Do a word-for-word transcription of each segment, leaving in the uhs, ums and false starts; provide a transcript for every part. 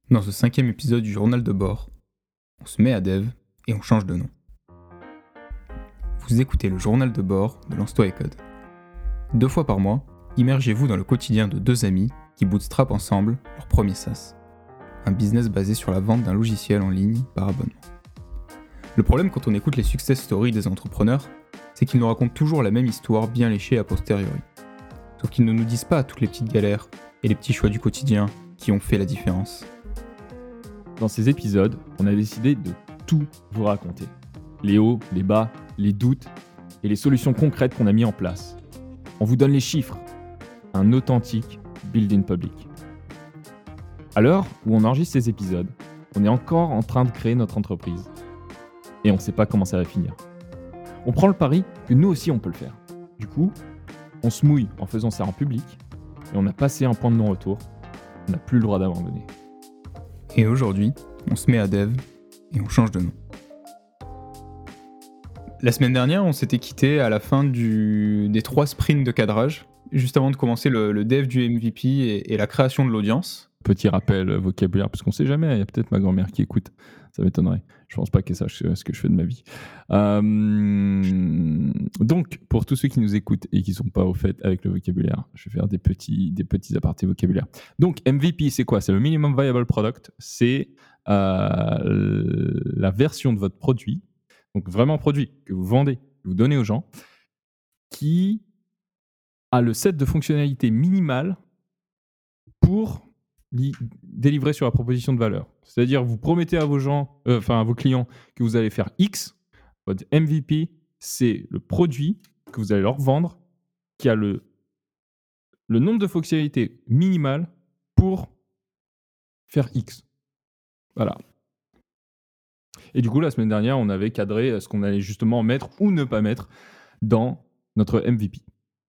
Dans ce cinquième épisode du journal de bord, on se met à dev et on change de nom. Vous écoutez le journal de bord de Lance-toi et Code. Deux fois par mois, immergez-vous dans le quotidien de deux amis qui bootstrap ensemble leur premier SaaS. Un business basé sur la vente d'un logiciel en ligne par abonnement. Le problème quand on écoute les success stories des entrepreneurs, c'est qu'ils nous racontent toujours la même histoire bien léchée a posteriori. Sauf qu'ils ne nous disent pas toutes les petites galères et les petits choix du quotidien qui ont fait la différence. Dans ces épisodes, on a décidé de tout vous raconter. Les hauts, les bas, les doutes et les solutions concrètes qu'on a mis en place. On vous donne les chiffres. Un authentique build in public. À l'heure où on enregistre ces épisodes, on est encore en train de créer notre entreprise. Et on ne sait pas comment ça va finir. On prend le pari que nous aussi on peut le faire. Du coup, on se mouille en faisant ça en public et on a passé un point de non-retour. On n'a plus le droit d'abandonner. Et aujourd'hui, on se met à dev et on change de nom. La semaine dernière, on s'était quitté à la fin du, des trois sprints de cadrage, juste avant de commencer le, le dev du M V P et, et la création de l'audience. Petit rappel euh, vocabulaire, parce qu'on ne sait jamais, il y a peut-être ma grand-mère qui écoute, ça m'étonnerait. Je ne pense pas qu'elle sache ce que je fais de ma vie. Euh, donc, pour tous ceux qui nous écoutent et qui ne sont pas au fait avec le vocabulaire, je vais faire des petits, des petits apartés vocabulaires. Donc, M V P, c'est quoi ? C'est le Minimum Viable Product. C'est euh, la version de votre produit, donc vraiment produit que vous vendez, que vous donnez aux gens, qui a le set de fonctionnalités minimales pour li- délivrer sur la proposition de valeur. C'est-à-dire, vous promettez à vos gens, euh, enfin à vos clients, que vous allez faire X. Votre M V P, c'est le produit que vous allez leur vendre, qui a le, le nombre de fonctionnalités minimales pour faire X. Voilà. Et du coup, la semaine dernière, on avait cadré ce qu'on allait justement mettre ou ne pas mettre dans notre M V P.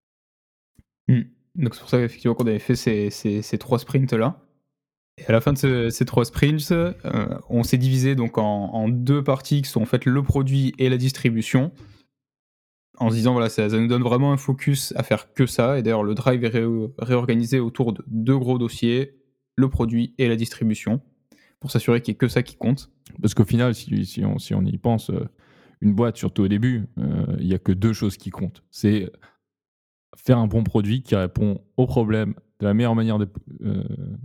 Mm. Donc c'est pour ça qu'effectivement qu'on avait fait ces, ces, ces trois sprints-là. Et à la fin de ce- ces trois sprints, euh, on s'est divisé donc en, en deux parties qui sont en fait le produit et la distribution, en se disant voilà, ça, ça nous donne vraiment un focus à faire que ça. Et d'ailleurs, le drive est ré- réorganisé autour de deux gros dossiers, le produit et la distribution, pour s'assurer qu'il n'y ait que ça qui compte. Parce qu'au final, si, si, on, si on y pense, euh, une boîte, surtout au début, euh, il n'y a que deux choses qui comptent. C'est faire un bon produit qui répond aux problèmes de la meilleure manière, de, euh,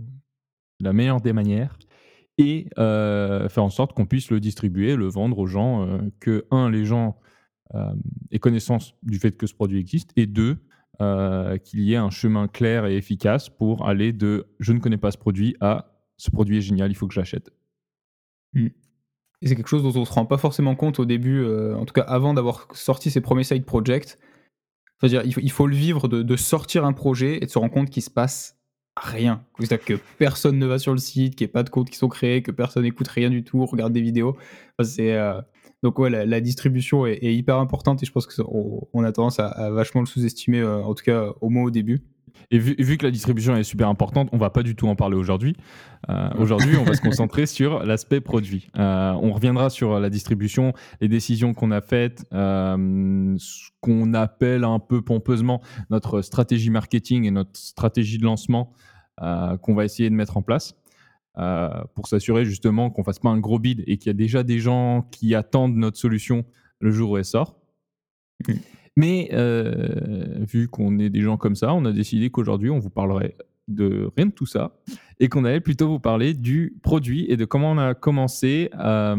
de la meilleure des manières et euh, faire en sorte qu'on puisse le distribuer, le vendre aux gens, euh, que, un, les gens euh, aient connaissance du fait que ce produit existe, et deux, euh, qu'il y ait un chemin clair et efficace pour aller de « je ne connais pas ce produit » à « ce produit est génial, il faut que je l'achète ». Mm. Et c'est quelque chose dont on ne se rend pas forcément compte au début, euh, en tout cas avant d'avoir sorti ses premiers side projects. Enfin, je veux dire, il, faut, il faut le vivre de, de sortir un projet et de se rendre compte qu'il se passe rien. C'est-à-dire que personne ne va sur le site, qu'il n'y ait pas de comptes qui sont créés, que personne n'écoute rien du tout, regarde des vidéos. Enfin, c'est, euh, donc ouais, la, la distribution est, est hyper importante et je pense qu'on on a tendance à, à vachement le sous-estimer, euh, en tout cas au moins au début. Et vu, vu que la distribution est super importante, on ne va pas du tout en parler aujourd'hui. Euh, aujourd'hui, on va se concentrer sur l'aspect produit. Euh, on reviendra sur la distribution, les décisions qu'on a faites, euh, ce qu'on appelle un peu pompeusement notre stratégie marketing et notre stratégie de lancement euh, qu'on va essayer de mettre en place euh, pour s'assurer justement qu'on ne fasse pas un gros bid et qu'il y a déjà des gens qui attendent notre solution le jour où elle sort. Mmh. Mais euh, vu qu'on est des gens comme ça, on a décidé qu'aujourd'hui, on vous parlerait de rien de tout ça et qu'on allait plutôt vous parler du produit et de comment on a commencé à,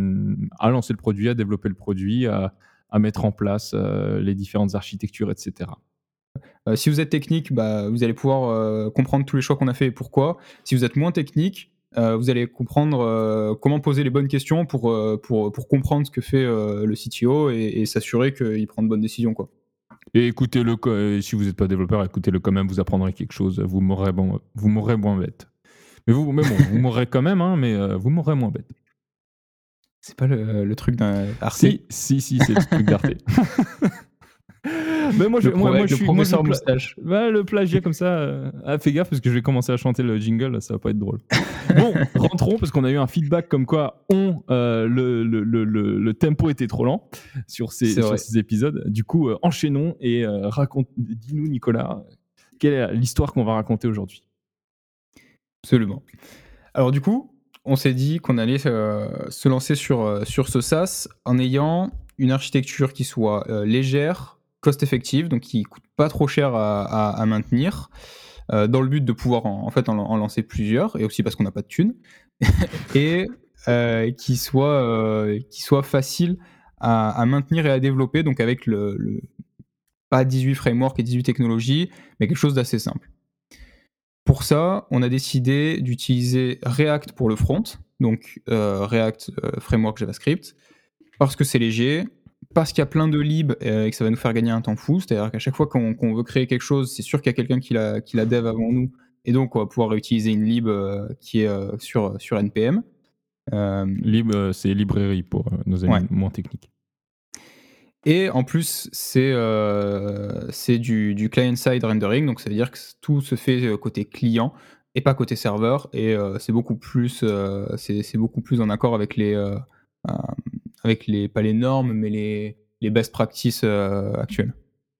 à lancer le produit, à développer le produit, à, à mettre en place euh, les différentes architectures, et cetera. Euh, si vous êtes technique, bah, vous allez pouvoir euh, comprendre tous les choix qu'on a fait et pourquoi. Si vous êtes moins technique, euh, vous allez comprendre euh, comment poser les bonnes questions pour, euh, pour, pour comprendre ce que fait euh, le C T O et, et s'assurer qu'il prend de bonnes décisions, quoi. Et écoutez-le, co- si vous n'êtes pas développeur, écoutez-le quand même, vous apprendrez quelque chose, vous m'aurez bon, vous m'aurez moins bête. Mais vous, mais bon, vous m'aurez quand même, hein, mais euh, vous m'aurez moins bête. C'est pas le, le truc d'un Arte. Si, si, si, c'est le truc d'Arte. Mais moi, je, le, moi, pro- moi, je le suis professeur moi, je- moustache. bah, le plagiat comme ça. Euh, ah, fais gaffe parce que je vais commencer à chanter le jingle, là, ça va pas être drôle. Bon, rentrons parce qu'on a eu un feedback comme quoi on, euh, le, le, le, le, le tempo était trop lent sur ces, C'est sur vrai. ces épisodes. Du coup, euh, enchaînons et euh, raconte, dis-nous, Nicolas, quelle est l'histoire qu'on va raconter aujourd'hui ? Absolument. Alors du coup, on s'est dit qu'on allait, heu, se lancer sur, heu, sur ce SaaS en ayant une architecture qui soit, heu, légère, cost effective, donc qui coûte pas trop cher à à à maintenir, heu, dans le but de pouvoir en en fait en en lancer plusieurs et aussi parce qu'on n'a pas de thunes et heu, qui soit, heu, qui soit facile à à maintenir et à développer, donc avec le le pas dix-huit frameworks et dix-huit technologies, mais quelque chose d'assez simple. Pour ça, on a décidé d'utiliser React pour le front, donc heu, React, heu, framework JavaScript, parce que c'est léger, parce qu'il y a plein de libs, heu, et que ça va nous faire gagner un temps fou. C'est-à-dire qu'à chaque fois qu'on qu'on veut créer quelque chose, c'est sûr qu'il y a quelqu'un qui l'a qui l'a dev avant nous et donc on va pouvoir réutiliser une lib, heu, qui est, heu, sur, sur N P M. Hem, Lib, euh, c'est librairie pour euh, nos amis ouais. moins techniques. Et en plus, c'est, heu, c'est du du client-side rendering, donc ça veut dire que s tout se fait, heu, côté client et pas côté serveur et heu, c'est beaucoup plus, heu, c'est c'est beaucoup plus en accord avec les, heu, hem, avec les pas les normes, mais les les best practices, heu, actuelles.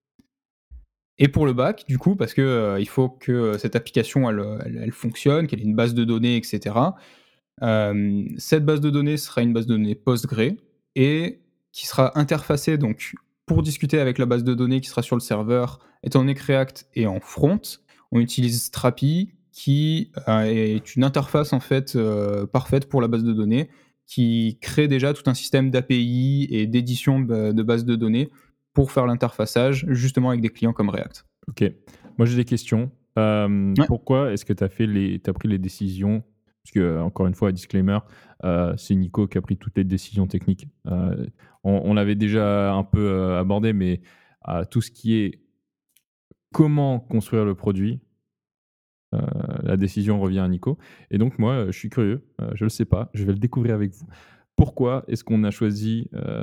Et pour le back, du coup, parce que, heu, il faut que, heu, cette application elle, heu, elle elle fonctionne, qu'elle ait une base de données et cetera. Hem, cette base de données sera une base de données Postgre et qui sera interfacée donc pour discuter avec la base de données qui sera sur le serveur, étant donné que React est en front, on utilise Strapi qui, heu, est une interface en fait, heu, parfaite pour la base de données, qui crée déjà tout un système d'A P I et d'édition de de base de données pour faire l'interfaçage justement avec des clients comme React. Ok. Moi, j'ai des questions. Euh, Ouais. pourquoi est-ce que tu as fait les, t'as pris les décisions? Parce que, euh, encore une fois, disclaimer, euh, c'est Nico qui a pris toutes les décisions techniques. Euh, on on l'avait déjà un peu euh, abordé, mais euh, tout ce qui est comment construire le produit, euh, la décision revient à Nico. Et donc, moi, euh, je suis curieux. Euh, je ne le sais pas. Je vais le découvrir avec vous. Pourquoi est-ce qu'on a choisi euh,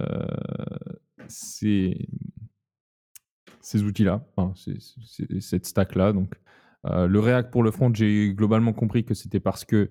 ces, ces outils-là, enfin, ces- ces- cette stack-là. Donc, euh, le React pour le front, j'ai globalement compris que c'était parce que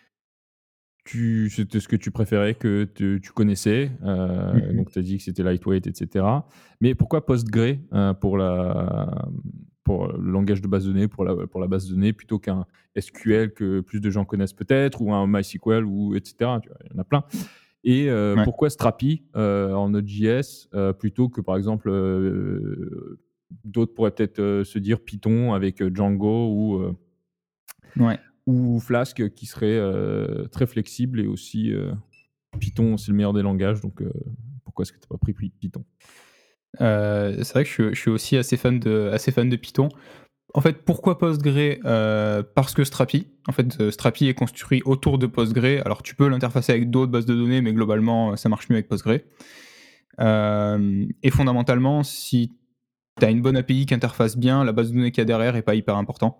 tu, c'était ce que tu préférais, que tu, tu connaissais. Euh, Mmh. donc, tu as dit que c'était lightweight, et cetera. Mais pourquoi Postgre euh, pour, la, pour le langage de base de données, pour la, pour la base de données, plutôt qu'un S Q L que plus de gens connaissent peut-être, ou un MySQL, ou et cetera. Tu vois, il y en a plein. Et euh, Ouais. pourquoi Strapi euh, en Node.js euh, plutôt que par exemple euh, d'autres pourraient peut-être euh, se dire Python avec euh, Django ou, euh, Ouais. ou Flask qui serait euh, très flexible et aussi euh, Python c'est le meilleur des langages donc euh, pourquoi est-ce que tu n'as pas pris Py- Python? Heu, c'est vrai que je suis je suis aussi assez fan de assez fan de Python. En fait, pourquoi Postgre? Heu, parce que Strapi. En fait, heu, Strapi est construit autour de Postgre. Alors tu peux l'interfacer avec d'autres bases de données, mais globalement, heu, ça marche mieux avec Postgre. Hem et fondamentalement, si tu as une bonne A P I qui interface bien, la base de données qu'il y a derrière est pas hyper important.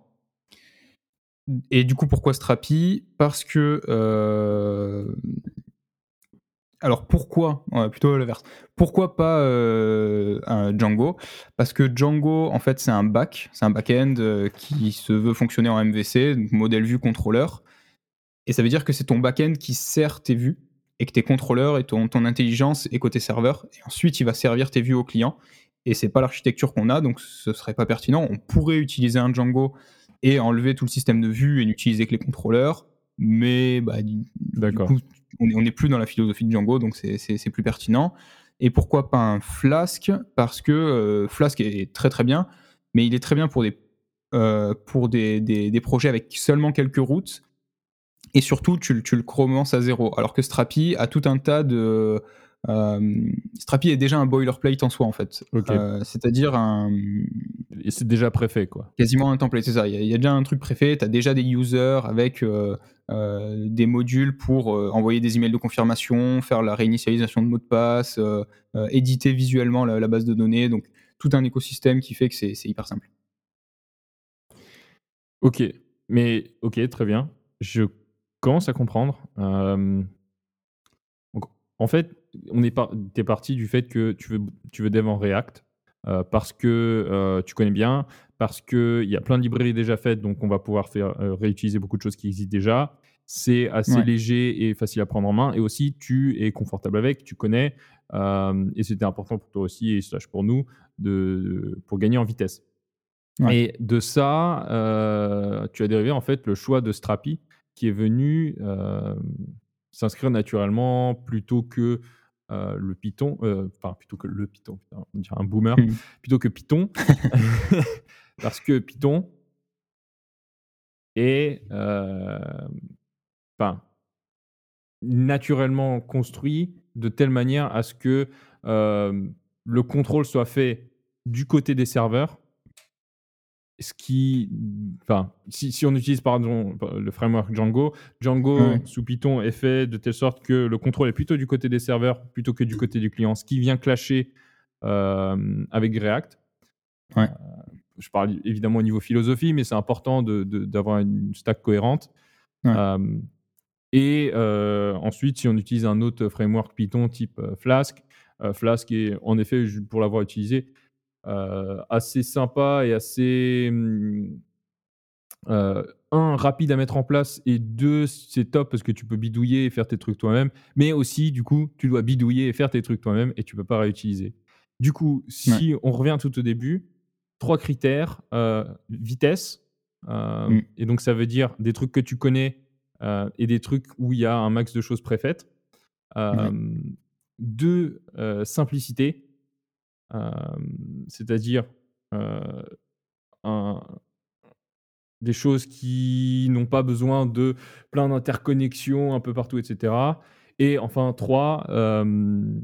Et du coup, pourquoi Strapi? Parce que, heu alors pourquoi, ouais, plutôt l'inverse. Pourquoi pas, heu, un Django? Parce que Django, en fait, c'est un back, c'est un back-end, heu, qui se veut fonctionner en M V C, donc modèle vue contrôleur et ça veut dire que c'est ton back-end qui sert tes vues et que tes contrôleurs et ton ton intelligence est côté serveur et ensuite il va servir tes vues au client et c'est pas l'architecture qu'on a, donc ce serait pas pertinent. On pourrait utiliser un Django et enlever tout le système de vue et n'utiliser que les contrôleurs, mais bah, du du D'accord. coup, on est on est plus dans la philosophie de Django, donc c'est c'est c'est plus pertinent. Et pourquoi pas un Flask? Parce que, heu, Flask est très, très bien, mais il est très bien pour des, heu, pour des des des projets avec seulement quelques routes et surtout tu le tu le commences à zéro. Alors que Strapi a tout un tas de, hem, Strapi est déjà un boilerplate en soi, en fait. Ok. Heu, c'est-à-dire un, Et c'est déjà préfait quoi. quasiment un template, c'est ça. Il y a il y a déjà un truc préfet, tu as déjà des users avec, heu heu, des modules pour, heu, envoyer des emails de confirmation, faire la réinitialisation de mots de passe, heu heu, éditer visuellement la la base de données, donc tout un écosystème qui fait que c'est c'est hyper simple. Ok. Mais ok, très bien. Je commence à comprendre. Euh, Donc, en fait, on est par tu es parti du fait que tu veux tu veux dev en React, heu, parce que, heu, tu connais bien, parce qu'il y a plein de librairies déjà faites, donc on va pouvoir faire, heu, réutiliser beaucoup de choses qui existent déjà. C'est assez Ouais, léger et facile à prendre en main et aussi tu es confortable avec, tu connais, hem et c'était important pour toi aussi et slash pour nous de pour gagner en vitesse. ouais. Et de ça, heu, tu as dérivé en fait le choix de Strapi qui est venu euh, s'inscrire naturellement plutôt que euh, le Python, euh, enfin plutôt que le Python, putain, on dirait un boomer, Mmh. plutôt que Python, parce que Python est, euh, enfin, naturellement construit de telle manière à ce que euh, le contrôle soit fait du côté des serveurs. Ce qui, enfin, si, si on utilise par exemple le framework Django, Django Ouais, sous Python est fait de telle sorte que le contrôle est plutôt du côté des serveurs plutôt que du côté du client, ce qui vient clasher euh, avec React. ouais, Je parle évidemment au niveau philosophie, mais c'est important de- de- d'avoir une stack cohérente. ouais, Euh, et euh, ensuite, si on utilise un autre framework Python type euh, Flask, euh, Flask est en effet, ju- pour l'avoir utilisé, euh, assez sympa et assez, hum, euh, un, rapide à mettre en place, et deux, c'est top parce que tu peux bidouiller et faire tes trucs toi-même. Mais aussi, du coup, tu dois bidouiller et faire tes trucs toi-même et tu peux pas réutiliser. Du coup, ouais. si on revient tout au début, trois critères, euh, vitesse, euh, Mmh. et donc ça veut dire des trucs que tu connais euh, et des trucs où il y a un max de choses préfaites. Ouais, Euh, deux, euh, simplicité, euh, c'est-à-dire euh, un, des choses qui n'ont pas besoin de plein d'interconnexions un peu partout, et cetera. Et enfin trois, hem,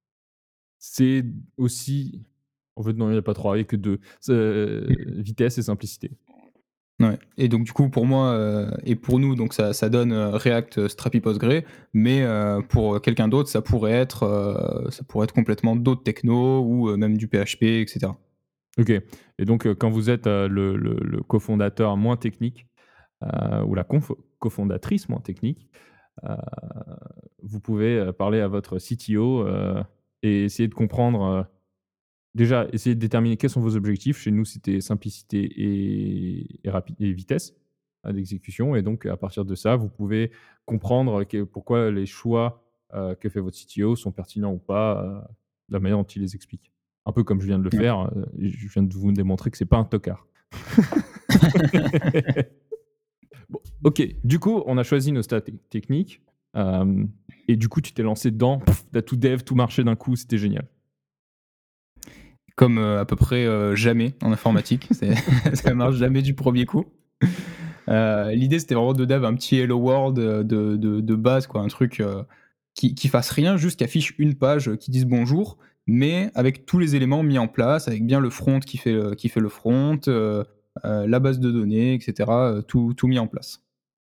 c'est aussi, en fait non, il n'y a pas trois, il n'y a que deux, c'est, heu, mmh. vitesse et simplicité. Ouais et donc du coup pour moi, heu et pour nous donc ça ça donne, heu, React, heu, Strapi Postgre mais heu, pour quelqu'un d'autre ça pourrait être, heu, ça pourrait être complètement d'autres technos ou heu, même du P H P et cetera. OK, et donc heu, quand vous êtes, heu, le le le cofondateur moins technique, heu, ou la conf cofondatrice moins technique, heu, vous pouvez, heu, parler à votre C T O, heu, et essayer de comprendre, heu déjà, essayez de déterminer quels sont vos objectifs. Chez nous, c'était simplicité et, et, rapi- et vitesse euh, d'exécution. Et donc, à partir de ça, vous pouvez comprendre que- pourquoi les choix euh, que fait votre C T O sont pertinents ou pas, euh, de la manière dont il les explique. Un peu comme je viens de le Ouais. faire, euh, et je viens de vous démontrer que c'est pas un tocard. Bon, ok, du coup, on a choisi nos stats techniques. euh, et du coup, tu t'es lancé dedans, pff, t'as tout dev, tout marché d'un coup, c'était génial. Comme, heu, à peu près, heu, jamais en informatique, c'est ça marche jamais du premier coup. Heu, l'idée c'était vraiment de dev un petit hello world, heu, de de de base quoi, un truc, heu, qui qui fasse rien, juste qui affiche une page, heu, qui dise bonjour, mais avec tous les éléments mis en place, avec bien le front qui fait, heu, qui fait le front, heu heu, la base de données et cetera, heu, tout tout mis en place.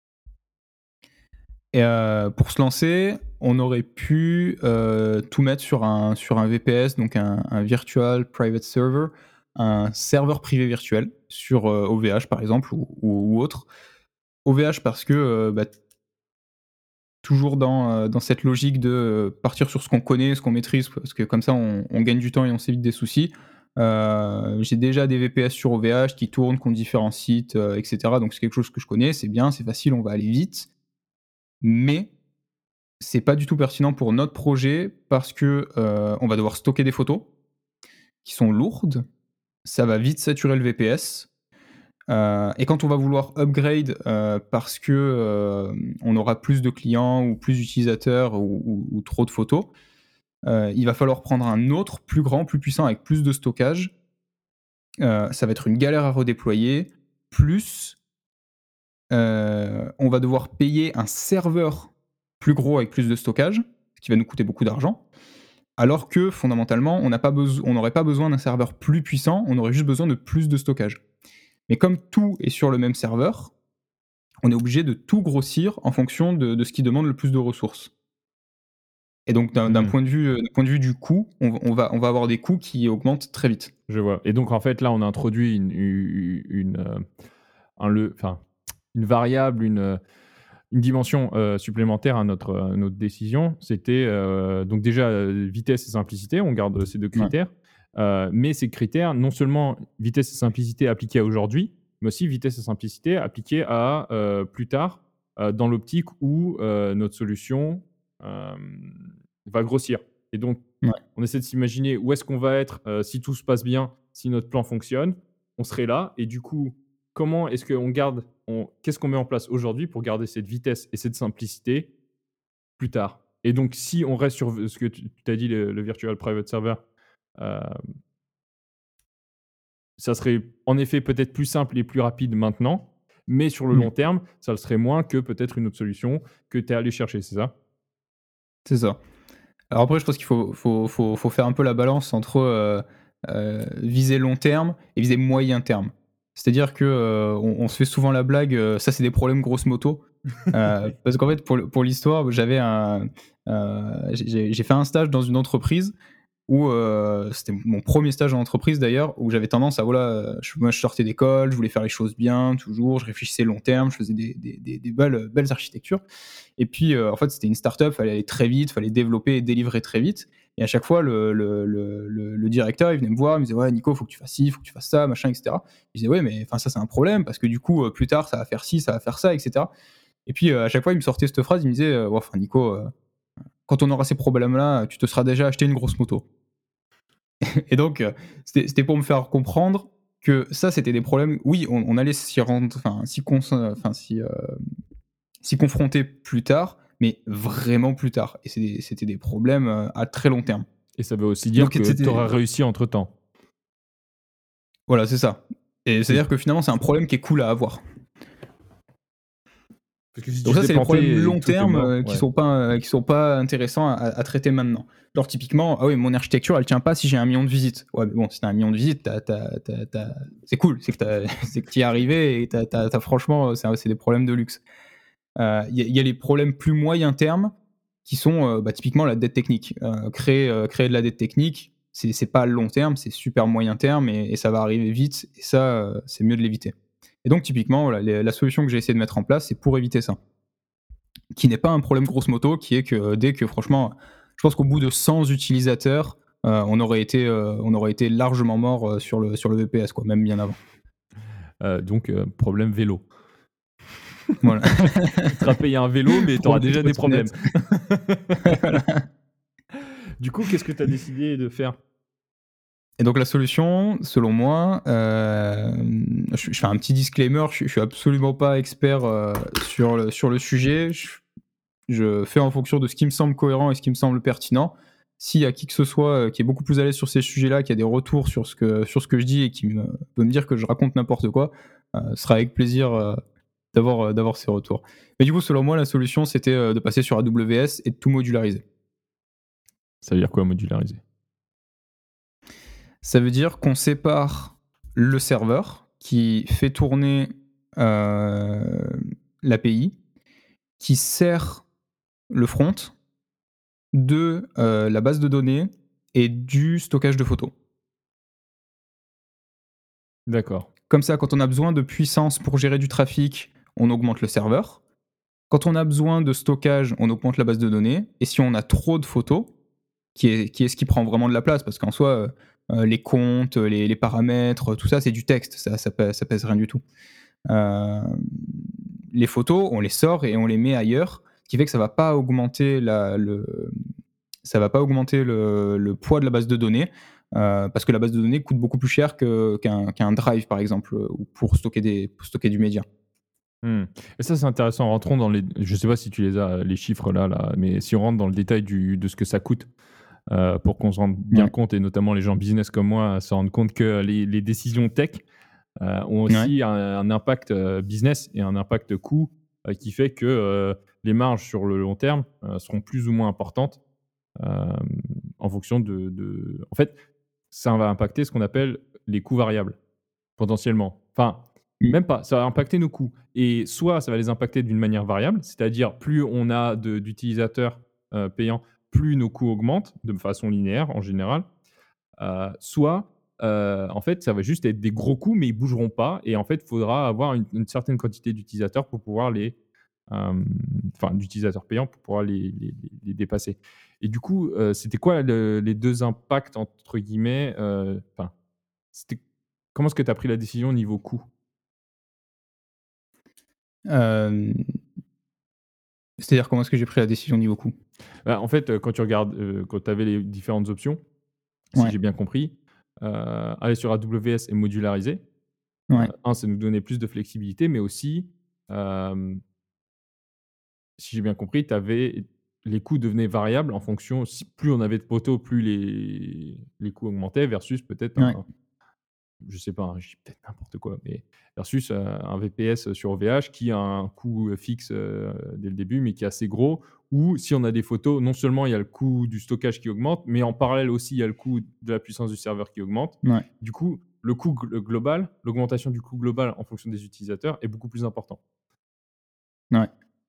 Et heu, pour se lancer, on aurait pu, heu, tout mettre sur un sur un V P S, donc un un Virtual Private Server, un serveur privé virtuel sur, heu, O V H par exemple ou ou ou autre. O V H parce que, heu, bah, toujours dans, heu, dans cette logique de, heu, partir sur ce qu'on connaît, ce qu'on maîtrise, parce que comme ça on on gagne du temps et on s'évite des soucis. Heu, j'ai déjà des V P S sur O V H qui tournent, qui ont différents sites, heu, et cetera, donc c'est quelque chose que je connais, c'est bien, c'est facile, on va aller vite. Mais c'est pas du tout pertinent pour notre projet parce que, heu, on va devoir stocker des photos qui sont lourdes, ça va vite saturer le V P S, heu et quand on va vouloir upgrade, heu, parce que, hem, on aura plus de clients ou plus d'utilisateurs ou ou ou trop de photos, heu, il va falloir prendre un autre plus grand, plus puissant avec plus de stockage. Heu, ça va être une galère à redéployer, plus, heu, on va devoir payer un serveur plus gros avec plus de stockage, ce qui va nous coûter beaucoup d'argent. Alors que fondamentalement, on n'a pas beso on n'aurait pas besoin d'un serveur plus puissant, on aurait juste besoin de plus de stockage. Mais comme tout est sur le même serveur, on est obligé de tout grossir en fonction de de ce qui demande le plus de ressources. Et donc d'un d'un Mhm. point de vue, heu, d'un point de vue du coût, on va on va on va avoir des coûts qui augmentent très vite. Je vois. Et donc, en fait, là, on a introduit une, une, une, euh, un le, enfin, une variable, une, euh, une dimension euh, supplémentaire à notre, à notre décision. C'était euh, donc déjà euh, vitesse et simplicité. On garde ces deux Ouais, critères. Euh, mais ces critères, non seulement vitesse et simplicité appliqués à aujourd'hui, mais aussi vitesse et simplicité appliquées à euh, plus tard, euh, dans l'optique où euh, notre solution euh, va grossir. Et donc, ouais, on essaie de s'imaginer où est-ce qu'on va être euh, si tout se passe bien, si notre plan fonctionne. On serait là. Et du coup, comment est-ce qu'on garde on qu'est-ce qu'on met en place aujourd'hui pour garder cette vitesse et cette simplicité plus tard? Et donc si on reste sur v ce que tu tu as dit, le le virtual private server, hem ça serait en effet peut-être plus simple et plus rapide maintenant, mais sur le Mmh. long terme, ça le serait moins que peut-être une autre solution que tu es allé chercher, c'est ça? C'est ça. Alors après, je pense qu'il faut faut faut faut faire un peu la balance entre, heu heu, viser long terme et viser moyen terme. C'est-à-dire que, heu, on on se fait souvent la blague, heu, ça c'est des problèmes grosse moto, heu, parce qu'en fait pour le pour l'histoire, j'avais un, heu, j'ai j'ai j'ai fait un stage dans une entreprise où, heu, c'était mon premier stage en entreprise d'ailleurs, où j'avais tendance à voilà, heu, je moi je sortais d'école, je voulais faire les choses bien toujours, je réfléchissais long terme, je faisais des des des des belles, belles architectures et puis, heu, en fait, c'était une start-up, fallait aller très vite, fallait développer et délivrer très vite et à chaque fois le le le le le directeur, il venait me voir, il me disait: «Ouais Nico, faut que tu fasses ci, faut que tu fasses ça, machin et cetera». Je disais: «Ouais, mais enfin ça c'est un problème parce que du coup, heu, plus tard ça va faire ci, ça va faire ça et cetera» et puis, heu, à chaque fois il me sortait cette phrase, il me disait, heu: «Ouais enfin Nico, heu, quand on aura ces problèmes-là, tu te seras déjà acheté une grosse moto». Et donc, heu, c'était c'était pour me faire comprendre que ça, c'était des problèmes oui, on on allait s'y rendre enfin s'y cons enfin s'y, heu, s'y confronter plus tard, mais vraiment plus tard et c'est des c'était des problèmes, heu, à très long terme. Et ça veut aussi dire Donc que tu c'était auras réussi entre temps? voilà, c'est ça et Oui. c'est-à-dire que finalement, c'est un problème qui est cool à avoir. Parce que si Donc tu ça, t'es c'est les problèmes planté et long tout est terme, mort, heu, qui ouais. sont pas, heu, qui sont pas intéressants à à traiter maintenant. Genre typiquement, ah oui, mon architecture, elle tient pas si j'ai un million de visites. Ouais, mais bon, si tu as un million de visites, tu as tu as tu as tu as c'est cool, c'est que tu as c'est que tu y es arrivé et tu as tu as tu as franchement, heu, c'est un c'est des problèmes de luxe. Heu, il y a il y a les problèmes plus moyen terme qui sont, heu, bah, typiquement la dette technique. Heu, créer, heu, créer de la dette technique, c'est c'est pas long terme, c'est super moyen terme et et ça va arriver vite et ça, heu, c'est mieux de l'éviter. Et donc typiquement, voilà, les la solution que j'ai essayé de mettre en place, c'est pour éviter ça. Qui n'est pas un problème grosse moto, qui est que euh, dès que franchement, je pense qu'au bout de cent utilisateurs, heu, on aurait été, heu, on aurait été largement mort, heu, sur le sur le V P S quoi, même bien avant. Heu, donc heu, problème vélo. Voilà. Tu te seras payé un vélo, mais tu auras Problème déjà des problèmes. trottinette. Voilà. Du coup, qu'est-ce que tu as décidé de faire? Et donc la solution, selon moi, hem, je je fais un petit disclaimer, je suis je suis absolument pas expert, heu, sur le sur le sujet. Je je fais en fonction de ce qui me semble cohérent et ce qui me semble pertinent. S'il y a qui que ce soit, heu, qui est beaucoup plus à l'aise sur ces sujets-là, qui a des retours sur ce que sur ce que je dis et qui me peut me dire que je raconte n'importe quoi, heu, ce sera avec plaisir, heu, d'avoir, heu, d'avoir ces retours. Mais du coup, selon moi, la solution, c'était, heu, de passer sur A W S et de tout modulariser. Ça veut dire quoi modulariser? Ça veut dire qu'on sépare le serveur qui fait tourner, heu, l'A P I, qui sert le front de, heu, la base de données et du stockage de photos. D'accord. Comme ça, quand on a besoin de puissance pour gérer du trafic, on augmente le serveur. Quand on a besoin de stockage, on augmente la base de données. Et si on a trop de photos, qui est, qui est ce qui prend vraiment de la place, parce qu'en soi, euh, euh, les comptes, les, les paramètres, tout ça, c'est du texte, ça, ça, pèse, ça pèse rien du tout. Euh, les photos, on les sort et on les met ailleurs, ce qui fait que ça va pas augmenter la, le, ça va pas augmenter le, le poids de la base de données. Euh, parce que la base de données coûte beaucoup plus cher que- qu'un qu'un drive, par exemple, euh, ou pour stocker, des, pour stocker du média. Mmh. Et ça, c'est intéressant. Rentrons dans les je sais pas si tu les as, les chiffres là là, mais si on rentre dans le détail du de ce que ça coûte, heu, pour qu'on se rende bien Ouais. compte et notamment les gens business comme moi se rendent compte que les les décisions tech, heu, ont Ouais. aussi un un impact, heu, business et un impact coût, heu, qui fait que, heu, les marges sur le long terme, heu, seront plus ou moins importantes, hem, en fonction de de en fait, ça va impacter ce qu'on appelle les coûts variables, potentiellement. Enfin, Mm. même pas, ça va impacter nos coûts et soit ça va les impacter d'une manière variable, c'est-à-dire plus on a de d'utilisateurs, heu, payants, plus nos coûts augmentent de façon linéaire en général. Heu, soit, heu, en fait, ça va juste être des gros coûts, mais ils bougeront pas et en fait, il faudra avoir une une certaine quantité d'utilisateurs pour pouvoir les, hem, enfin d'utilisateurs payants pour pouvoir les les les les dépasser et du coup, heu, c'était quoi le les deux impacts entre guillemets, heu, enfin, c'était comment est-ce que tu as pris la décision au niveau coût? Euh, C'est-à-dire comment est-ce que j'ai pris la décision niveau coût? Bah, en fait, heu, quand tu regardes, heu, quand tu avais les différentes options, si Ouais. j'ai bien compris, heu, aller sur A W S et modulariser. Ouais. Euh, un, ça nous donnait plus de flexibilité, mais aussi, euh, si j'ai bien compris, t'avais, les coûts devenaient variables en fonction, si, plus on avait de poteaux, plus les, les coûts augmentaient, versus peut-être Ouais. un, je sais pas, hein, je dis peut-être n'importe quoi, mais versus euh, un V P S sur O V H qui a un coût fixe euh, dès le début, mais qui est assez gros, ou si on a des photos, non seulement il y a le coût du stockage qui augmente, mais en parallèle aussi, il y a le coût de la puissance du serveur qui augmente. Ouais. Du coup, le coût gl- global, l'augmentation du coût global en fonction des utilisateurs est beaucoup plus important. Ouais.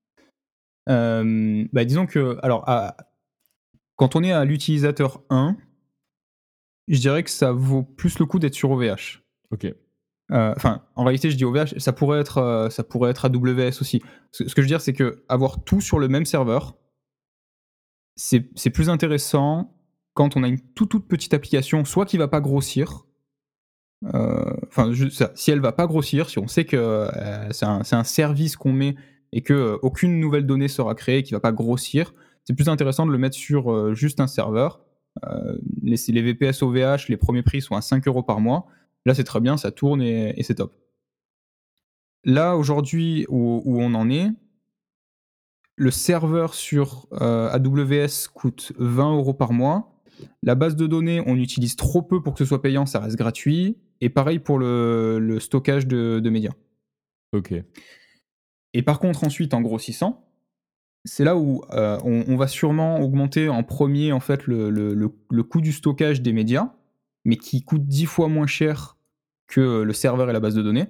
Euh, bah, disons que, alors, à- quand on est à l'utilisateur un, je dirais que ça vaut plus le coup d'être sur O V H. Ok. Euh, Enfin, en réalité, je dis O V H, ça pourrait être, euh, ça pourrait être A W S aussi. Ce, ce que je veux dire, c'est que avoir tout sur le même serveur, c'est c'est plus intéressant quand on a une toute, toute petite application, soit qui va pas grossir. euh, Enfin, je- ça, si elle va pas grossir, si on sait que euh, c'est un, c'est un service qu'on met et que euh, aucune nouvelle donnée sera créée, qui va pas grossir, c'est plus intéressant de le mettre sur euh, juste un serveur. Euh, les, les V P S O V H, les premiers prix sont à cinq euros par mois. Là, c'est très bien, ça tourne et, et c'est top. Là, aujourd'hui, où, où on en est, le serveur sur euh, A W S coûte vingt euros par mois. La base de données, on utilise trop peu pour que ce soit payant, ça reste gratuit. Et pareil pour le, le stockage de, de médias. Ok. Et par contre, ensuite, en grossissant, c'est là où euh, on, on va sûrement augmenter en premier en fait le, le, le, le coût du stockage des médias, mais qui coûte dix fois moins cher que le serveur et la base de données.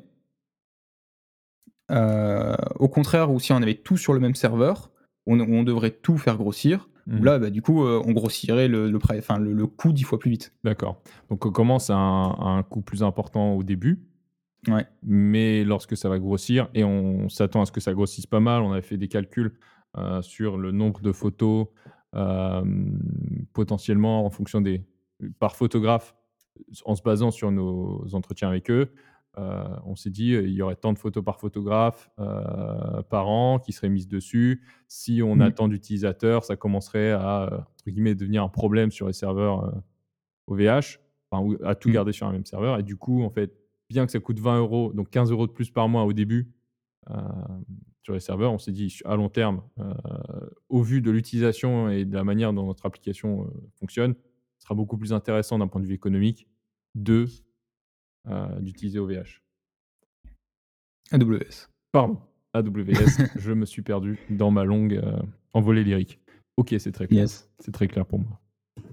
Euh, au contraire, ou si on avait tout sur le même serveur, on, on devrait tout faire grossir. Où Mhm. là, bah, du coup, euh, on grossirait le, le, pri- enfin, le, le coût dix fois plus vite. D'accord. Donc on commence à un, à un coût plus important au début, Ouais. mais lorsque ça va grossir, et on s'attend à ce que ça grossisse pas mal, on avait fait des calculs euh, sur le nombre de photos euh, potentiellement en fonction des par photographe, en se basant sur nos entretiens avec eux. Euh, on s'est dit il y aurait tant de photos par photographe euh, par an qui seraient mises dessus. Si on a Mm. tant d'utilisateurs, ça commencerait à euh, entre guillemets devenir un problème sur les serveurs euh, O V H, enfin, ou à tout Mm. garder sur un même serveur. Et du coup, en fait, bien que ça coûte vingt euros, donc quinze euros de plus par mois au début euh, sur les serveurs, on s'est dit à long terme, euh, au vu de l'utilisation et de la manière dont notre application euh, fonctionne, ce sera beaucoup plus intéressant d'un point de vue économique de euh, d'utiliser O V H. A W S. Pardon, A W S, je me suis perdu dans ma longue euh, envolée lyrique. Ok, c'est très clair. Yes. C'est très clair pour moi.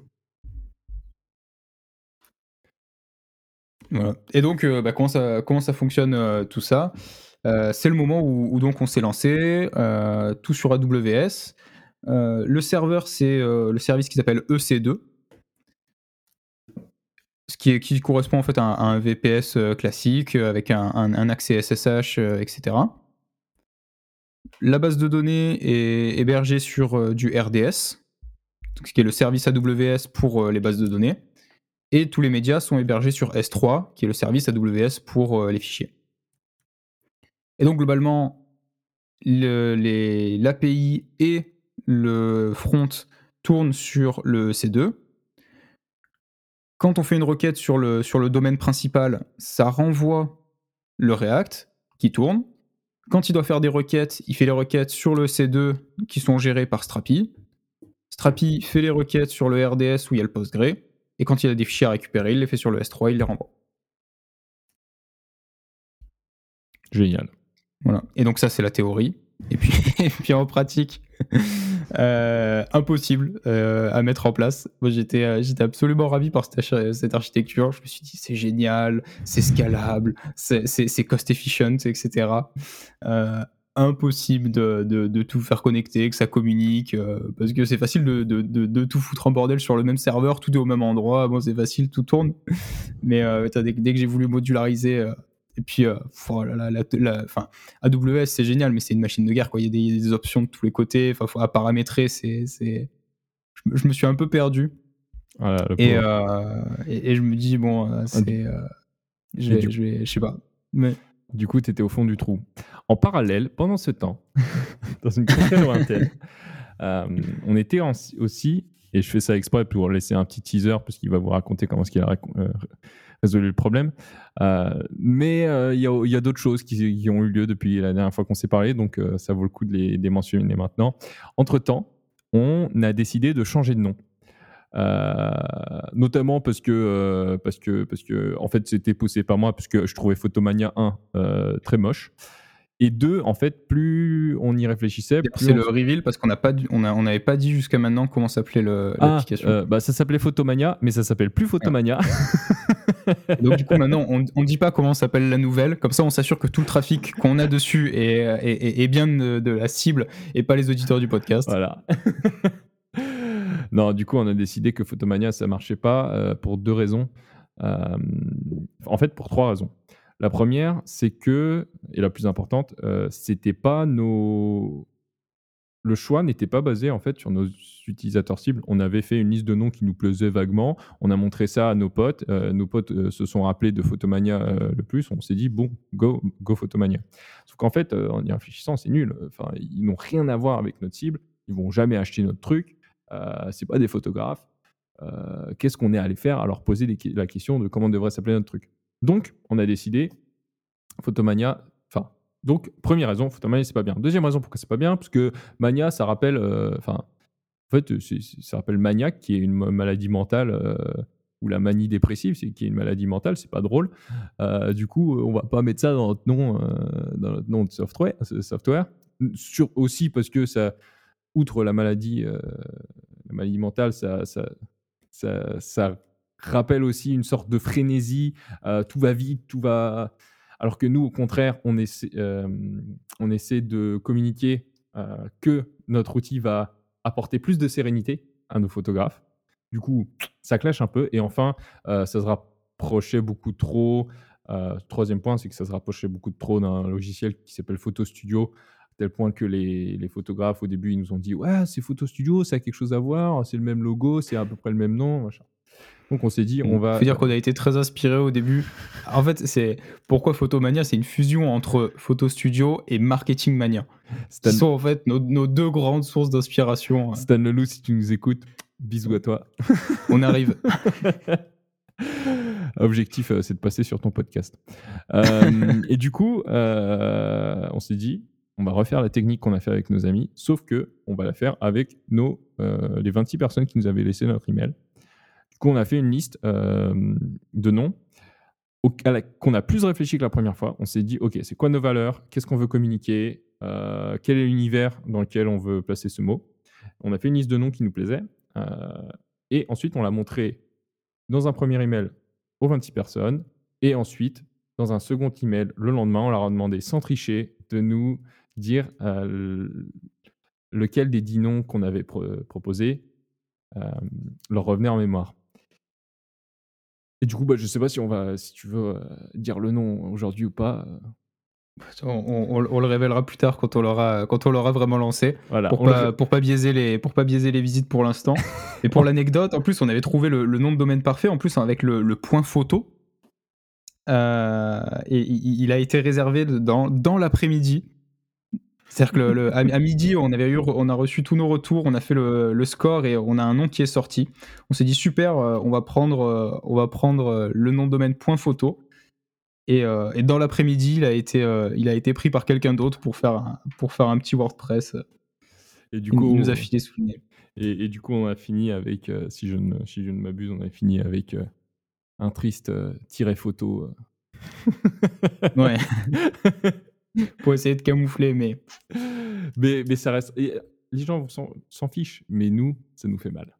Voilà. Et donc, euh, bah, comment, ça, comment ça fonctionne euh, tout ça? Euh, C'est le moment où, où donc on s'est lancé, euh, tout sur A W S. Euh, le serveur, c'est euh, le service qui s'appelle E C deux, ce qui, est, qui correspond en fait à un, à un V P S euh, classique euh, avec un, un- un accès S S H, euh, et cetera. La base de données est hébergée sur euh, du R D S, donc ce qui est le service A W S pour euh, les bases de données. Et tous les médias sont hébergés sur S trois, qui est le service A W S pour euh, les fichiers. Et donc globalement, le, les, l'A P I et le front tournent sur le C deux. Quand on fait une requête sur le, sur le domaine principal, ça renvoie le React qui tourne. Quand il doit faire des requêtes, il fait les requêtes sur le C deux qui sont gérées par Strapi. Strapi fait les requêtes sur le R D S où il y a le Postgre. Et quand il a des fichiers à récupérer, il les fait sur le S trois, il les renvoie. Génial. Voilà. Et donc ça, c'est la théorie. Et puis, et puis en pratique, euh, impossible euh, à mettre en place. Moi, j'étais, euh, j'étais absolument ravi par cette, arch- cette architecture. Je me suis dit, c'est génial, c'est scalable, c'est, c'est, c'est cost efficient, et cetera. Euh, impossible de, de, de tout faire connecter, que ça communique, euh, parce que c'est facile de, de, de, de tout foutre en bordel sur le même serveur, tout est au même endroit. Bon, c'est facile, tout tourne. Mais euh, dès, dès que j'ai voulu modulariser... Euh, et puis, euh, oh là là, la, la, enfin, A W S, c'est génial, mais c'est une machine de guerre, quoi. Il y a des, il y a des options de tous les côtés. Enfin, faut à paramétrer. C'est, c'est... Je, me- je me suis un peu perdu. Voilà, le Et, pauvre. euh, et, et je me dis, bon, euh, c'est. Euh, je Et vais, du- je vais, je sais pas. Mais Du coup, tu étais au fond du trou. En parallèle, pendant ce temps, dans une contrée lointaine, euh, on était en- aussi, et je fais ça exprès pour laisser un petit teaser, parce qu'il va vous raconter comment est-ce qu'il a rac- euh, résolu le problème. Euh, mais il euh, y a, y a d'autres choses qui, qui ont eu lieu depuis la dernière fois qu'on s'est parlé, donc euh, ça vaut le coup de les, de les mentionner maintenant. Entre-temps, on a décidé de changer de nom. Euh, notamment parce que, euh, parce, que, parce que en fait, c'était poussé par moi, parce que je trouvais Photomania un euh, très moche. Et deux, en fait, plus on y réfléchissait, plus c'est on... le reveal parce qu'on n'a pas, on a, on n'avait pas dit jusqu'à maintenant comment s'appelait le, ah, l'application. Euh, bah, ça s'appelait Photomania, mais ça s'appelle plus Photomania. Ah. Donc du coup maintenant on ne dit pas comment s'appelle la nouvelle, comme ça on s'assure que tout le trafic qu'on a dessus est, est, est, est bien de, de la cible et pas les auditeurs du podcast. Voilà. Non, du coup on a décidé que Photomania ça marchait pas euh, pour deux raisons. Euh, en fait pour trois raisons. La première, c'est que, et la plus importante, euh, c'était pas nos... Le choix n'était pas basé en fait sur nos utilisateurs cibles. On avait fait une liste de noms qui nous plaisait vaguement. On a montré ça à nos potes. Euh, nos potes euh, se sont rappelés de Photomania euh, le plus. On s'est dit bon, go, go Photomania. Sauf qu'en fait, euh, en y réfléchissant, c'est nul. Enfin, ils n'ont rien à voir avec notre cible. Ils vont jamais acheter notre truc. Euh, c'est pas des photographes. Euh, qu'est-ce qu'on est allé faire à leur poser les, la question de comment devrait s'appeler notre truc. Donc, on a décidé Photomania. Enfin. Donc, première raison, Photomania, c'est pas bien. Deuxième raison pourquoi c'est pas bien, parce que Mania, ça rappelle... Enfin, euh, en fait, c'est, c'est, ça rappelle maniaque, qui est une maladie mentale, euh, ou la manie dépressive, c'est, qui est une maladie mentale, c'est pas drôle. Euh, du coup, on va pas mettre ça dans notre nom, euh, dans notre nom de software. software. Sur, aussi parce que ça, outre la maladie, euh, la maladie mentale, ça, ça, ça, ça rappelle aussi une sorte de frénésie, euh, tout va vite, tout va... Alors que nous, au contraire, on essaie, euh, on essaie de communiquer euh, que notre outil va apporter plus de sérénité à nos photographes. Du coup, ça clash un peu. Et enfin, euh, ça se rapprochait beaucoup trop. Euh, troisième point, c'est que ça se rapprochait beaucoup trop d'un logiciel qui s'appelle Photo Studio, à tel point que les, les photographes, au début, ils nous ont dit « Ouais, c'est Photo Studio, ça a quelque chose à voir, c'est le même logo, c'est à peu près le même nom. » machin. Donc on s'est dit, on va... Il faut dire qu'on a été très inspiré au début. En fait, c'est pourquoi Photomania, c'est une fusion entre Photo Studio et Marketing Mania. Stan... Qui sont en fait nos, nos deux grandes sources d'inspiration. Stan Leloup, si tu nous écoutes, bisous à toi. On arrive. Objectif, euh, c'est de passer sur ton podcast. Euh, et du coup, euh, on s'est dit, on va refaire la technique qu'on a fait avec nos amis, sauf que on va la faire avec nos, euh, les vingt-six personnes qui nous avaient laissé notre email. Du coup, on a fait une liste euh, de noms au, la, qu'on a plus réfléchi que la première fois. On s'est dit, OK, c'est quoi nos valeurs? Qu'est-ce qu'on veut communiquer? euh, Quel est l'univers dans lequel on veut placer ce mot? On a fait une liste de noms qui nous plaisait. Euh, et ensuite, on l'a montré dans un premier email aux vingt-six personnes. Et ensuite, dans un second email, le lendemain, on leur a demandé, sans tricher, de nous dire euh, lequel des dix noms qu'on avait pro- proposés euh, leur revenait en mémoire. Et du coup, bah, je ne sais pas si on va, si tu veux euh, dire le nom aujourd'hui ou pas. On, on, on le révélera plus tard quand on l'aura, quand on l'aura vraiment lancé. Voilà, pour pas, le... pour pas biaiser les, pour pas biaiser les visites pour l'instant. Et pour l'anecdote, en plus, on avait trouvé le, le nom de domaine parfait, en plus avec le, le point photo. Euh, et il, il a été réservé dans, dans l'après-midi. C'est-à-dire que le, le, à, à midi, on, avait eu, on a reçu tous nos retours, on a fait le, le score et on a un nom qui est sorti. On s'est dit super, on va prendre, on va prendre le nom de domaine point photo. Et, euh, et dans l'après-midi, il a été, euh, il a été pris par quelqu'un d'autre pour faire un, pour faire un petit WordPress. Et du il, coup, il nous a filé sous le nez. Et, et du coup, on a fini avec, euh, si, je ne, si je ne m'abuse, on a fini avec euh, un triste euh, tiret photo. Euh. Ouais. Pour essayer de camoufler, mais... mais... Mais ça reste... Et les gens s'en, s'en fichent, mais nous, ça nous fait mal.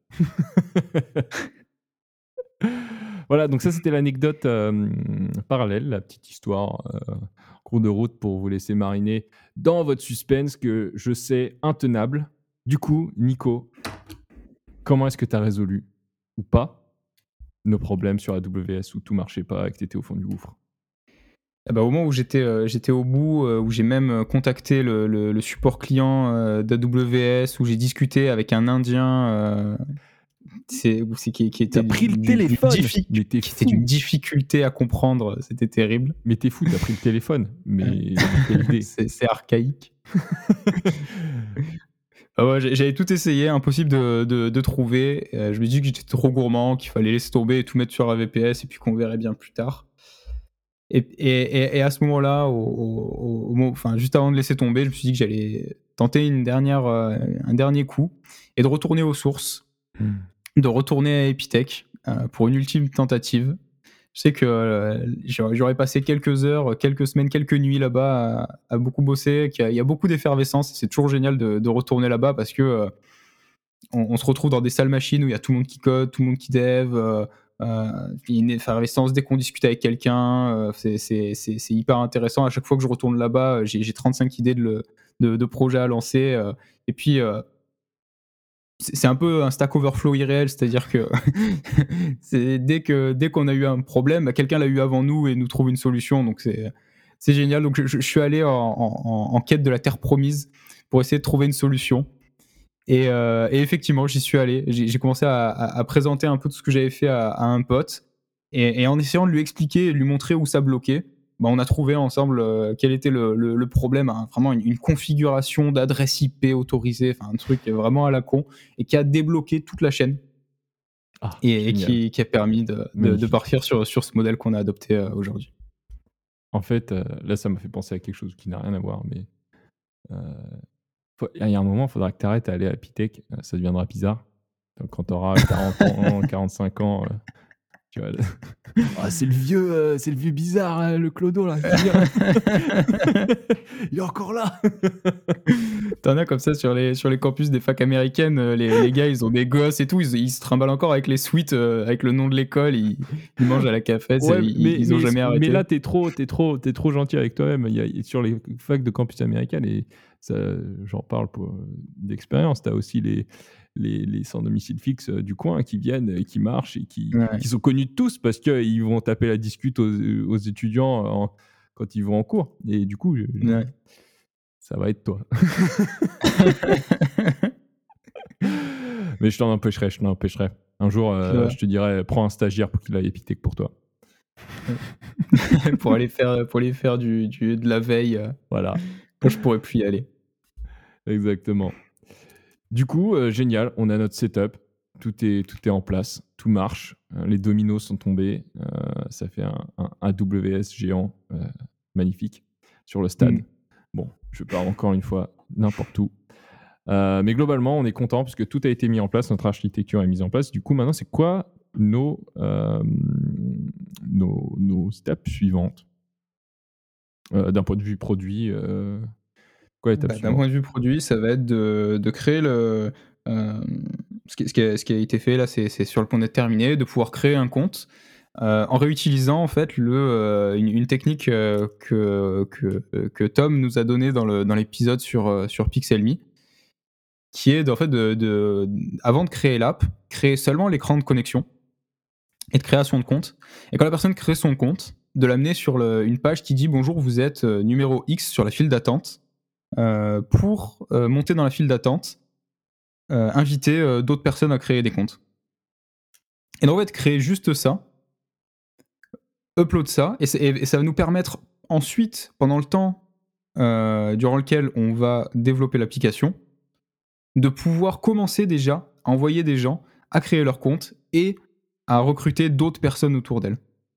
Voilà, donc ça, c'était l'anecdote euh, parallèle, la petite histoire euh, en cours de route pour vous laisser mariner dans votre suspense que je sais intenable. Du coup, Nico, comment est-ce que tu as résolu, ou pas, nos problèmes sur A W S où tout marchait pas et que tu étais au fond du gouffre? Eh ben, au moment où j'étais, euh, j'étais au bout, euh, où j'ai même contacté le, le, le support client euh, d'A W S, où j'ai discuté avec un Indien... Euh, c'est, c'est, qui, qui était t'as pris le téléphone, diffi- mais t'es qui fou. était d'une difficulté à comprendre, c'était terrible. Mais t'es fou, t'as pris le téléphone, mais quelle idée. c'est, c'est archaïque. Ah ouais, j'ai j'avais tout essayé, impossible de de de trouver. Heu, je me dis que j'étais trop gourmand, qu'il fallait laisser tomber et tout mettre sur A V P S et puis qu'on verrait bien plus tard. Et et et et à ce moment-là, au au au mo enfin, juste avant de laisser tomber, je me suis dit que j'allais tenter une dernière, heu, un dernier coup et de retourner aux sources, Mmh. de retourner à Epitech, heu, pour une ultime tentative. Je sais que, heu, j'aurais j'aurais passé quelques heures, quelques semaines, quelques nuits là-bas à à beaucoup bosser, qu'il y a il y a beaucoup d'effervescence. C'est toujours génial de de retourner là-bas parce que, heu, on on se retrouve dans des salles machines où il y a tout le monde qui code, tout le monde qui dev, heu heu, il y a une effervescence dès qu'on discute avec quelqu'un, heu, c'est c'est c'est c'est hyper intéressant. À chaque fois que je retourne là-bas, heu, j'ai j'ai trente-cinq idées de le de de projets à lancer, heu et puis, heu, c'est c'est un peu un Stack Overflow irréel, c'est-à-dire que c'est dès que dès qu'on a eu un problème, bah, quelqu'un l'a eu avant nous et nous trouve une solution, donc c'est c'est génial. Donc je je je suis allé en en en en quête de la terre promise pour essayer de trouver une solution. Et, euh, et effectivement, j'y suis allé. J'ai j'ai commencé à, à- à présenter un peu tout ce que j'avais fait à, à un pote. Et, et en essayant de lui expliquer et de lui montrer où ça bloquait, bah, on a trouvé ensemble euh, quel était le, le- le problème. Hein. Vraiment une, une configuration d'adresse I P autorisée, enfin un truc vraiment à la con, et qui a débloqué toute la chaîne Ah, et, et génial, qui, qui a permis de, de- de magnifique. partir sur, sur ce modèle qu'on a adopté euh, aujourd'hui. En fait, heu, là, ça m'a fait penser à quelque chose qui n'a rien à voir, mais heu, faut il y a un moment, il faudra que tu arrêtes à aller à Epitech, heu, ça deviendra bizarre. Donc quand tu auras quarante ans, quarante-cinq ans, heu, tu vois? «Ah, c'est le vieux, heu, c'est le vieux bizarre, heu, le clodo là qui vient. Il est encore là!» T'en as comme ça sur les, sur les campus des facs américaines, euh, les, les gars, ils ont des gosses et tout, ils, ils se trimballent encore avec les suites, euh, avec le nom de l'école, ils, ils mangent à la cafette, c'est- Ouais, ils, mais ils ont mais jamais mais là, arrêté. t'es trop t'es trop t'es trop gentil avec toi-même. Il y a il sur les facs de campus américaines et ça, j'en parle pour, heu, d'expérience. Tu as aussi les les les sans domicile fixe, heu, du coin qui viennent et qui marchent et qui Ouais, qui sont connus de tous parce qu'ils vont taper la discute aux, aux étudiants en quand ils vont en cours et du coup, je ouais. ça va être toi. Mais je t'en empêcherai, je t'en empêcherai. Un jour, Tu heu, vois, je te dirai: «Prends un stagiaire pour qu'il aille Épithèque pour toi». ouais. Pour aller faire, pour aller faire du, du- de la veille euh, Voilà, quand je pourrais plus y aller. exactement. Du coup, heu, génial, on a notre setup, tout est tout est en place, tout marche, heu, les dominos sont tombés, heu, ça fait un un A W S géant, heu, magnifique sur le Mm. stade. Bon, je pars encore une fois n'importe où, heu, mais globalement, on est content parce que tout a été mis en place, notre architecture est mise en place. Du coup, maintenant, c'est quoi nos, hem, nos nos steps suivantes, heu, d'un point de vue produit, heu, quoi l'étape Bah, d'un point suivante? de vue produit, ça va être de, de créer le. euh, ce, qui, ce qui a, ce qui a été fait là, c'est c'est sur le point d'être terminé, de pouvoir créer un compte euh, en réutilisant en fait le, euh, une, une technique euh, que, que, euh, que Tom nous a donnée dans le- dans l'épisode sur, euh, sur PixelMe, qui est en fait de, de, avant de créer l'app, créer seulement l'écran de connexion et de création de compte. Et quand la personne crée son compte, de l'amener sur le- une page qui dit bonjour, vous êtes euh, numéro X sur la file d'attente euh, pour euh, monter dans la file d'attente, euh, inviter euh, d'autres personnes à créer des comptes. Et donc, en fait, créer juste ça, upload ça, et, et, et ça va nous permettre ensuite, pendant le temps euh, durant lequel on va développer l'application, de pouvoir commencer déjà à envoyer des gens à créer leur compte et à recruter d'autres personnes autour d'elles.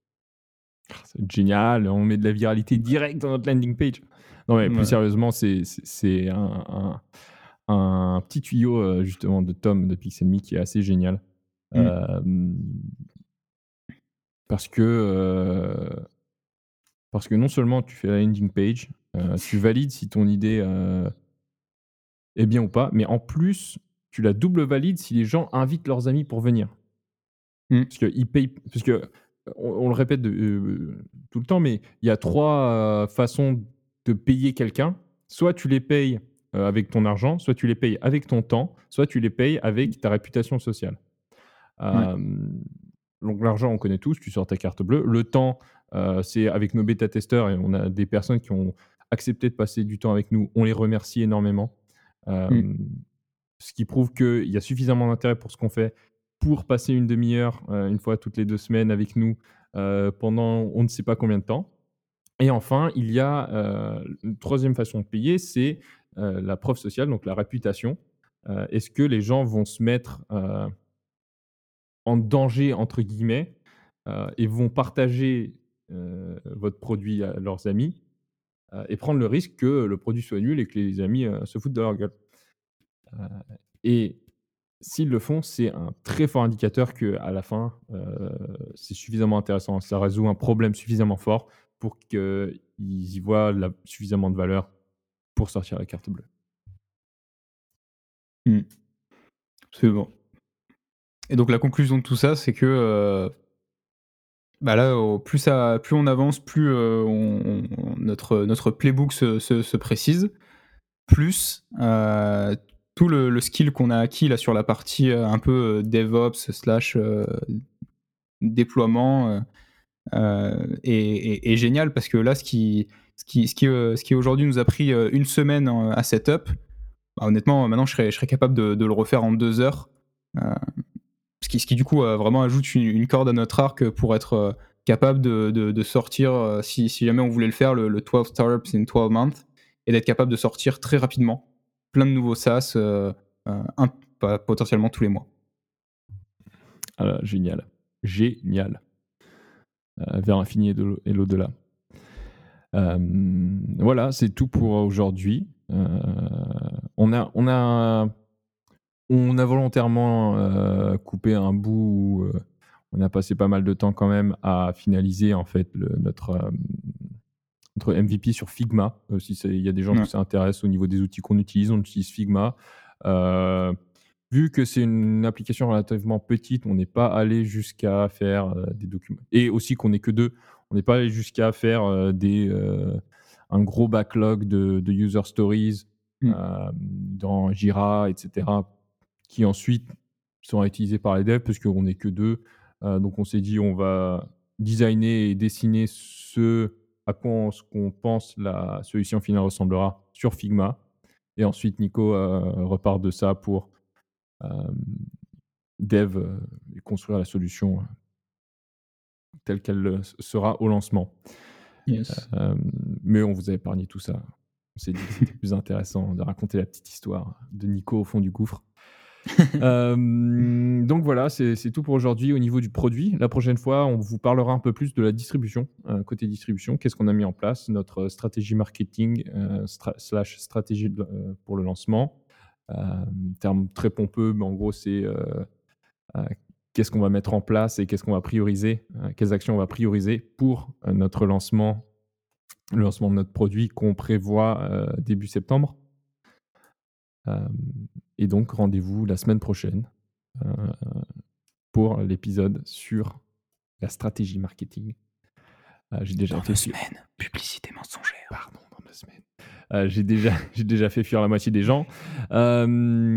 C'est génial, on met de la viralité directe dans notre landing page. Non, mais plus Ouais. sérieusement, c'est c'est c'est un un un petit tuyau, heu, justement de Tom de Pixelme qui est assez génial. Mm. Hem, parce que, heu, parce que non seulement tu fais la landing page, heu, tu valides si ton idée, heu, est bien ou pas, mais en plus, tu la double valides si les gens invitent leurs amis pour venir. Mm. Parce qu'ils payent parce que, on on le répète de heu, tout le temps, mais il y a trois heu, façons de payer quelqu'un. Soit tu les payes, heu, avec ton argent, soit tu les payes avec ton temps, soit tu les payes avec ta réputation sociale. Ouais. Hem, donc l'argent, on connaît tous, tu sors ta carte bleue. Le temps, heu, c'est avec nos bêta-testeurs et on a des personnes qui ont accepté de passer du temps avec nous. On les remercie énormément. Mm. Hem, ce qui prouve qu'il y a suffisamment d'intérêt pour ce qu'on fait, pour passer une demi heure, heu, une fois toutes les deux semaines avec nous, heu, pendant on ne sait pas combien de temps. Et enfin, il y a, heu, une troisième façon de payer, c'est, heu, la preuve sociale, donc la réputation. euh, est-ce que les gens vont se mettre euh, en danger, entre guillemets, euh, et vont partager euh, votre produit à leurs amis euh, et prendre le risque que le produit soit nul et que les amis euh, se foutent de leur gueule. Euh, et s'ils le font, c'est un très fort indicateur qu'à la fin, euh, c'est suffisamment intéressant. Ça résout un problème suffisamment fort pour qu'ils y voient la- suffisamment de valeur pour sortir la carte bleue. Mmh. Absolument. Et donc la conclusion de tout ça, c'est que, heu, bah, là, au plus ça plus on avance, plus, heu, on on notre notre playbook se se se précise, plus, heu, tout le le skill qu'on a acquis là sur la partie, heu, un peu, heu, DevOps slash, heu, déploiement, heu heu, est est est génial parce que là, ce qui ce qui ce qui, heu, ce qui aujourd'hui nous a pris, heu, une semaine, heu, à setup, bah, honnêtement, maintenant je serais je serais capable de de le refaire en deux heures. Heu Ce qui, ce qui du coup euh, vraiment ajoute une, une corde à notre arc pour être euh, capable de, de, de sortir, euh, si, si jamais on voulait le faire, le, le douze startups in douze months, et d'être capable de sortir très rapidement plein de nouveaux SaaS, euh, euh, un, pas- potentiellement tous les mois. Ah, génial. Génial. Euh, vers l'infini et, de- et l'au-delà. Euh, voilà, c'est tout pour aujourd'hui. Euh, on, a, on, a, on a volontairement euh, coupé un bout où euh, on a passé pas mal de temps quand même à finaliser en fait le, notre, euh, notre M V P sur Figma. Euh, si il y a des gens Ouais. qui s'intéressent au niveau des outils qu'on utilise, on utilise Figma. Euh, vu que c'est une application relativement petite, on n'est pas allé jusqu'à faire euh, des documents. Et aussi qu'on n'est que deux, on n'est pas allé jusqu'à faire euh, des, euh, un gros backlog de, de user stories Mm. euh, dans Jira, et cetera, qui ensuite seront utilisés par les devs, parce qu'on n'est que deux. Euh, donc on s'est dit, on va designer et dessiner ce à quoi on, ce qu'on pense la solution finale ressemblera sur Figma. Et ensuite, Nico euh, repart de ça pour euh, dev euh, et construire la solution euh, telle qu'elle euh, sera au lancement. Yes. Euh, mais on vous a épargné tout ça. On s'est dit que c'était plus intéressant de raconter la petite histoire de Nico au fond du gouffre. Euh, donc voilà, c'est, c'est tout pour aujourd'hui au niveau du produit. La prochaine fois, on vous parlera un peu plus de la distribution. Euh, côté distribution, qu'est-ce qu'on a mis en place, notre stratégie marketing euh, stra- slash stratégie de- euh, pour le lancement. Euh, terme très pompeux, mais en gros, c'est euh, euh, qu'est-ce qu'on va mettre en place et qu'est-ce qu'on va prioriser, euh, quelles actions on va prioriser pour euh, notre lancement, le lancement de notre produit qu'on prévoit euh, début septembre. Euh, et donc, rendez-vous la semaine prochaine euh, pour l'épisode sur la stratégie marketing. Euh, j'ai déjà Dans fait deux fuir... semaines, publicité mensongère. Pardon, dans deux semaines. Euh, j'ai, déjà, j'ai déjà fait fuir la moitié des gens. Euh,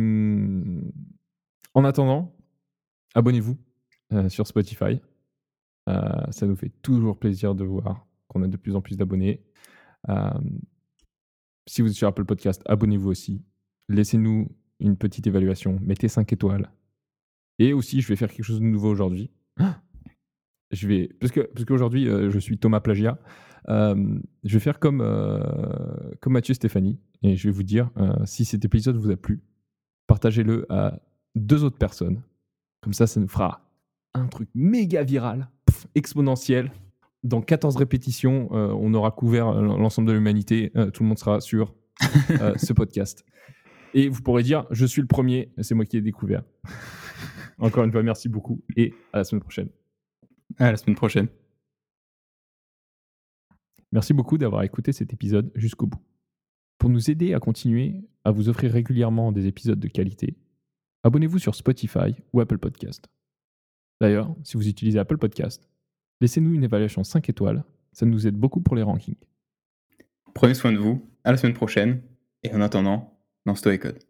en attendant, abonnez-vous euh, sur Spotify. Euh, ça nous fait toujours plaisir de voir qu'on a de plus en plus d'abonnés. Euh, si vous êtes sur Apple Podcast, abonnez-vous aussi. Laissez-nous une petite évaluation. Mettez cinq étoiles. Et aussi, je vais faire quelque chose de nouveau aujourd'hui. Je vais, parce, que, parce qu'aujourd'hui, euh, je suis Thomas Plagiat. Euh, je vais faire comme, euh, comme Mathieu Stéphanie. Et je vais vous dire, euh, si cet épisode vous a plu, partagez-le à deux autres personnes. Comme ça, ça nous fera un truc méga viral, pff, exponentiel. Dans quatorze répétitions, euh, on aura couvert euh, l'ensemble de l'humanité. Euh, tout le monde sera sur euh, ce podcast. Et vous pourrez dire, je suis le premier, c'est moi qui ai découvert. Encore une fois, merci beaucoup et à la semaine prochaine. À la semaine prochaine. Merci beaucoup d'avoir écouté cet épisode jusqu'au bout. Pour nous aider à continuer à vous offrir régulièrement des épisodes de qualité, abonnez-vous sur Spotify ou Apple Podcast. D'ailleurs, si vous utilisez Apple Podcast, laissez-nous une évaluation cinq étoiles, ça nous aide beaucoup pour les rankings. Prenez soin de vous. À la semaine prochaine. Et en attendant, lance-toi et code.